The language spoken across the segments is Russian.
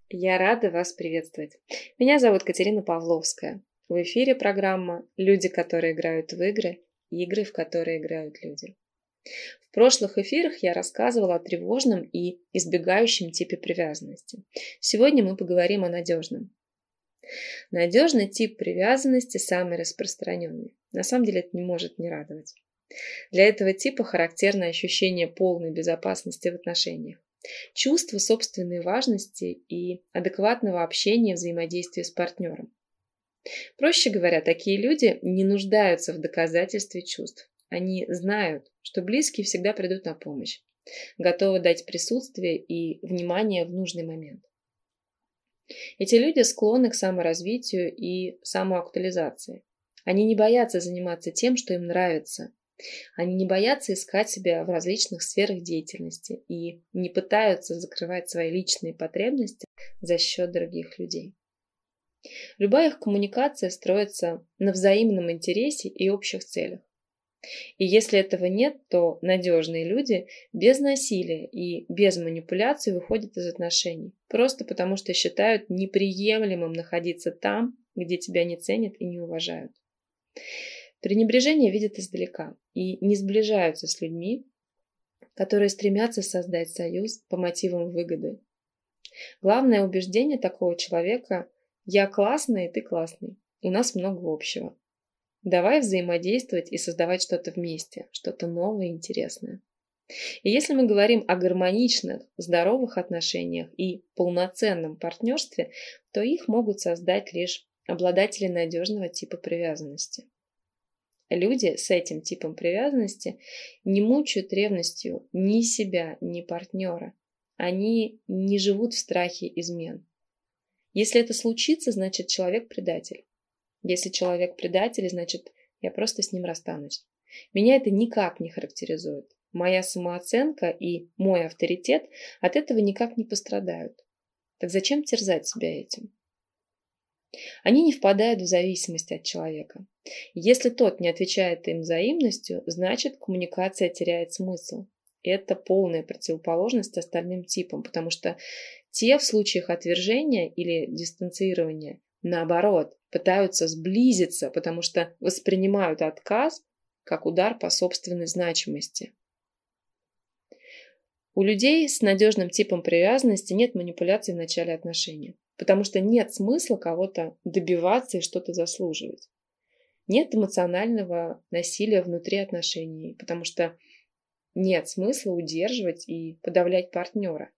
Я рада вас приветствовать. Меня зовут Катерина Павловская. В эфире программа «Люди, которые играют в игры» и «Игры, в которые играют люди». В прошлых эфирах я рассказывала о тревожном и избегающем типе привязанности. Сегодня мы поговорим о надежном. Надежный тип привязанности самый распространенный. На самом деле это не может не радовать. Для этого типа характерно ощущение полной безопасности в отношениях, чувство собственной важности и адекватного общения и взаимодействия с партнером. Проще говоря, такие люди не нуждаются в доказательстве чувств. Они знают, что близкие всегда придут на помощь, готовы дать присутствие и внимание в нужный момент. Эти люди склонны к саморазвитию и самоактуализации. Они не боятся заниматься тем, что им нравится. Они не боятся искать себя в различных сферах деятельности и не пытаются закрывать свои личные потребности за счет других людей. Любая их коммуникация строится на взаимном интересе и общих целях. И если этого нет, то надежные люди без насилия и без манипуляций выходят из отношений, просто потому что считают неприемлемым находиться там, где тебя не ценят и не уважают. Пренебрежение видят издалека и не сближаются с людьми, которые стремятся создать союз по мотивам выгоды. Главное убеждение такого человека – я классный, и ты классный, у нас много общего. Давай взаимодействовать и создавать что-то вместе, что-то новое и интересное. И если мы говорим о гармоничных, здоровых отношениях и полноценном партнерстве, то их могут создать лишь обладатели надежного типа привязанности. Люди с этим типом привязанности не мучают ревностью ни себя, ни партнера. Они не живут в страхе измен. Если это случится, значит человек предатель. Если человек предатель, значит я просто с ним расстанусь. Меня это никак не характеризует. Моя самооценка и мой авторитет от этого никак не пострадают. Так зачем терзать себя этим? Они не впадают в зависимость от человека. Если тот не отвечает им взаимностью, значит коммуникация теряет смысл. Это полная противоположность остальным типам, потому что те в случаях отвержения или дистанцирования, наоборот, пытаются сблизиться, потому что воспринимают отказ как удар по собственной значимости. У людей с надежным типом привязанности нет манипуляций в начале отношений, потому что нет смысла кого-то добиваться и что-то заслуживать. Нет эмоционального насилия внутри отношений, потому что нет смысла удерживать и подавлять партнера.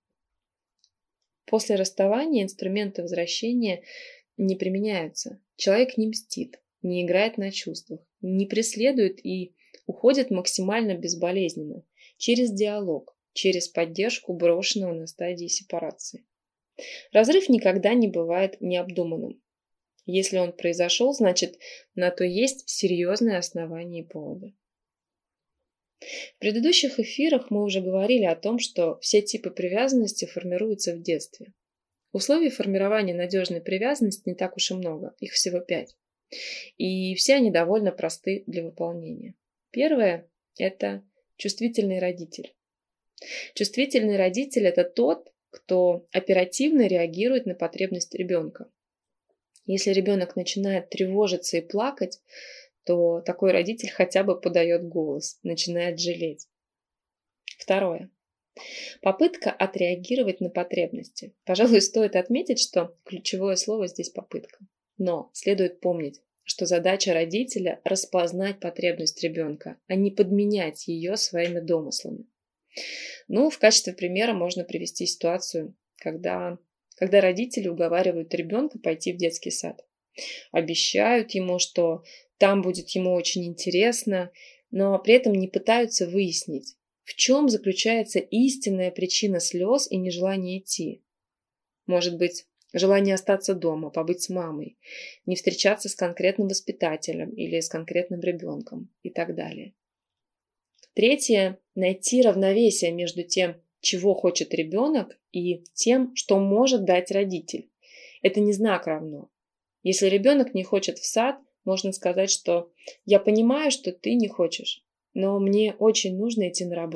После расставания инструменты возвращения не применяются. Человек не мстит, не играет на чувствах, не преследует и уходит максимально безболезненно, через диалог, через поддержку брошенного на стадии сепарации. Разрыв никогда не бывает необдуманным. Если он произошел, значит, на то есть серьезные основания и поводы. В предыдущих эфирах мы уже говорили о том, что все типы привязанности формируются в детстве. Условий формирования надежной привязанности не так уж и много, их всего 5. И все они довольно просты для выполнения. Первое – это чувствительный родитель. Чувствительный родитель – это тот, кто оперативно реагирует на потребность ребенка. Если ребенок начинает тревожиться и плакать, то такой родитель хотя бы подает голос, начинает жалеть. Второе. Попытка отреагировать на потребности. Пожалуй, стоит отметить, что ключевое слово здесь попытка. Но следует помнить, что задача родителя – распознать потребность ребенка, а не подменять ее своими домыслами. В качестве примера можно привести ситуацию, когда родители уговаривают ребенка пойти в детский сад. Обещают ему, что там будет ему очень интересно, но при этом не пытаются выяснить, в чем заключается истинная причина слез и нежелания идти. Может быть, желание остаться дома, побыть с мамой, не встречаться с конкретным воспитателем или с конкретным ребенком и так далее. Третье – найти равновесие между тем, чего хочет ребенок, и тем, что может дать родитель. Это не знак равно. Если ребенок не хочет в сад, можно сказать, что «я понимаю, что ты не хочешь, но мне очень нужно идти на работу.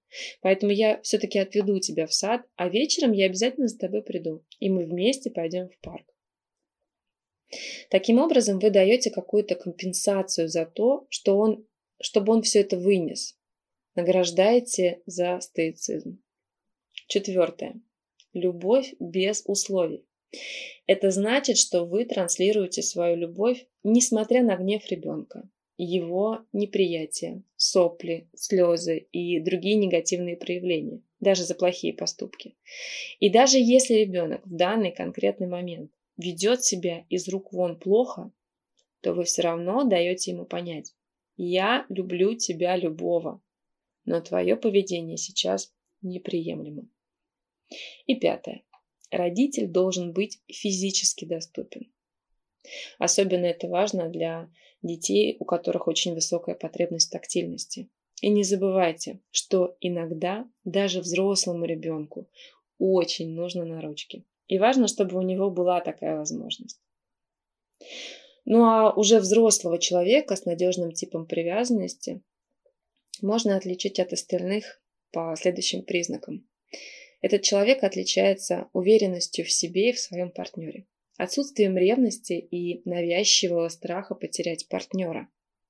Поэтому я все-таки отведу тебя в сад, а вечером я обязательно за тобой приду, и мы вместе пойдем в парк. Таким образом, вы даете какую-то компенсацию за то, чтобы он все это вынес. Награждаете за стоицизм. 4. Любовь без условий. Это значит, что вы транслируете свою любовь, несмотря на гнев ребенка, его неприятие, сопли, слезы и другие негативные проявления, даже за плохие поступки. И даже если ребенок в данный конкретный момент ведет себя из рук вон плохо, то вы все равно даете ему понять: я люблю тебя любого, но твое поведение сейчас неприемлемо. И 5. Родитель должен быть физически доступен. Особенно это важно для детей, у которых очень высокая потребность в тактильности. И не забывайте, что иногда даже взрослому ребенку очень нужно на ручки. И важно, чтобы у него была такая возможность. Ну а уже взрослого человека с надежным типом привязанности можно отличить от остальных по следующим признакам. Этот человек отличается уверенностью в себе и в своем партнере, отсутствием ревности и навязчивого страха потерять партнера.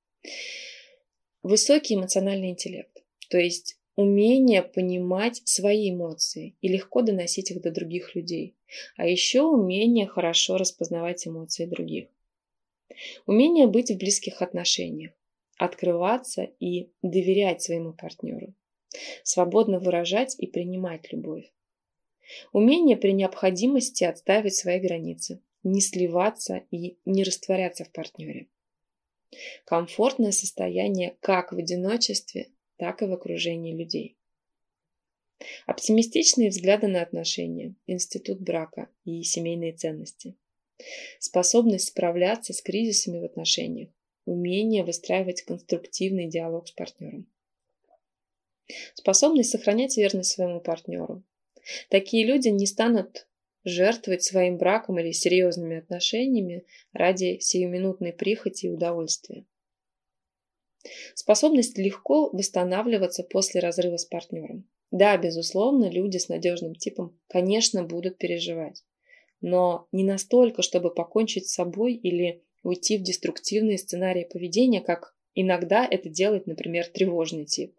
Высокий эмоциональный интеллект, то есть умение понимать свои эмоции и легко доносить их до других людей, а еще умение хорошо распознавать эмоции других. Умение быть в близких отношениях, открываться и доверять своему партнеру, свободно выражать и принимать любовь. Умение при необходимости отстаивать свои границы, не сливаться и не растворяться в партнере. Комфортное состояние как в одиночестве, так и в окружении людей. Оптимистичные взгляды на отношения, институт брака и семейные ценности. Способность справляться с кризисами в отношениях, умение выстраивать конструктивный диалог с партнером. Способность сохранять верность своему партнеру. Такие люди не станут жертвовать своим браком или серьезными отношениями ради сиюминутной прихоти и удовольствия. Способность легко восстанавливаться после разрыва с партнером. Да, безусловно, люди с надежным типом, конечно, будут переживать. Но не настолько, чтобы покончить с собой или уйти в деструктивные сценарии поведения, как иногда это делает, например, тревожный тип.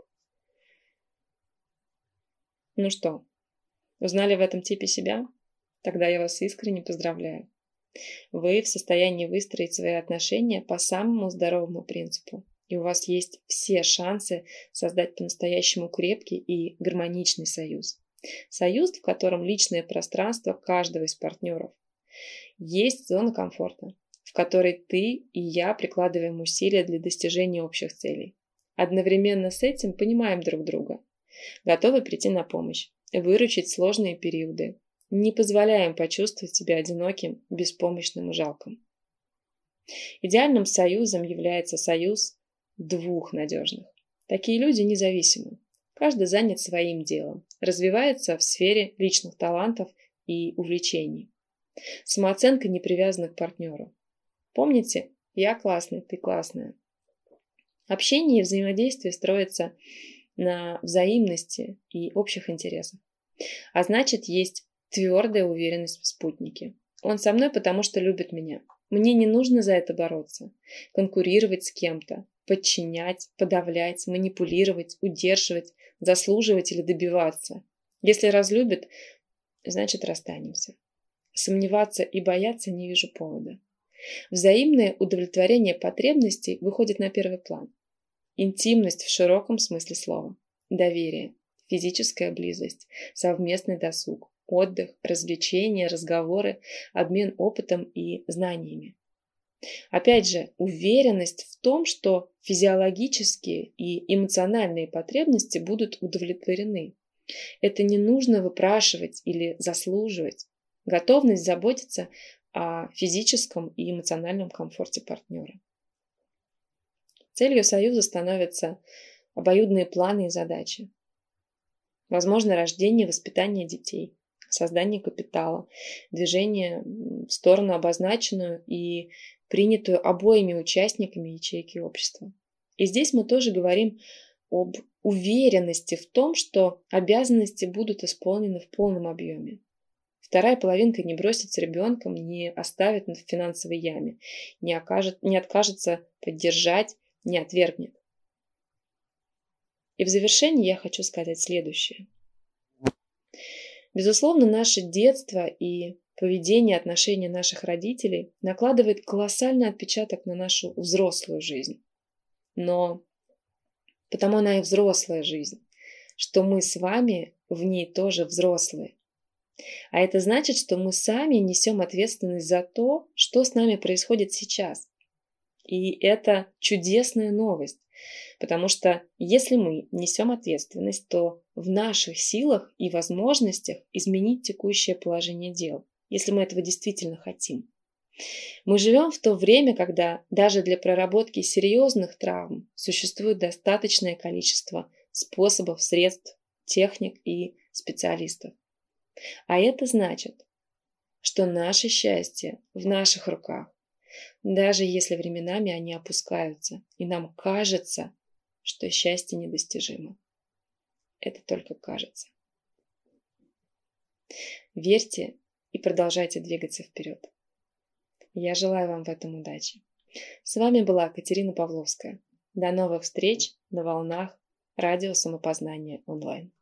Ну что, узнали в этом типе себя? Тогда я вас искренне поздравляю. Вы в состоянии выстроить свои отношения по самому здоровому принципу. И у вас есть все шансы создать по-настоящему крепкий и гармоничный союз. Союз, в котором личное пространство каждого из партнеров. Есть зона комфорта, в которой ты и я прикладываем усилия для достижения общих целей. Одновременно с этим понимаем друг друга. Готовы прийти на помощь, выручить сложные периоды. Не позволяем почувствовать себя одиноким, беспомощным и жалким. Идеальным союзом является союз двух надежных. Такие люди независимы. Каждый занят своим делом, развивается в сфере личных талантов и увлечений. Самооценка не привязана к партнеру. Помните, я классный, ты классная. Общение и взаимодействие строятся на взаимности и общих интересах. А значит, есть твердая уверенность в спутнике. Он со мной, потому что любит меня. Мне не нужно за это бороться, конкурировать с кем-то, подчинять, подавлять, манипулировать, удерживать, заслуживать или добиваться. Если разлюбит, значит расстанемся. Сомневаться и бояться не вижу повода. Взаимное удовлетворение потребностей выходит на первый план. Интимность в широком смысле слова. Доверие, физическая близость, совместный досуг, отдых, развлечения, разговоры, обмен опытом и знаниями. Опять же, уверенность в том, что физиологические и эмоциональные потребности будут удовлетворены. Это не нужно выпрашивать или заслуживать. Готовность заботиться о физическом и эмоциональном комфорте партнера. Целью союза становятся обоюдные планы и задачи. Возможно, рождение и воспитание детей, создание капитала, движение в сторону обозначенную и принятую обоими участниками ячейки общества. И здесь мы тоже говорим об уверенности в том, что обязанности будут исполнены в полном объеме. Вторая половинка не бросится ребенком, не оставит в финансовой яме, не откажется поддержать, не отвергнет. И в завершении я хочу сказать следующее. Безусловно, наше детство и поведение, отношения наших родителей накладывает колоссальный отпечаток на нашу взрослую жизнь. Но потому она и взрослая жизнь, что мы с вами в ней тоже взрослые. А это значит, что мы сами несем ответственность за то, что с нами происходит сейчас. И это чудесная новость, потому что если мы несем ответственность, то в наших силах и возможностях изменить текущее положение дел, если мы этого действительно хотим. Мы живем в то время, когда даже для проработки серьезных травм существует достаточное количество способов, средств, техник и специалистов. А это значит, что наше счастье в наших руках, даже если временами они опускаются, и нам кажется, что счастье недостижимо. Это только кажется. Верьте и продолжайте двигаться вперед. Я желаю вам в этом удачи. С вами была Катерина Павловская. До новых встреч на волнах радио Самопознание онлайн.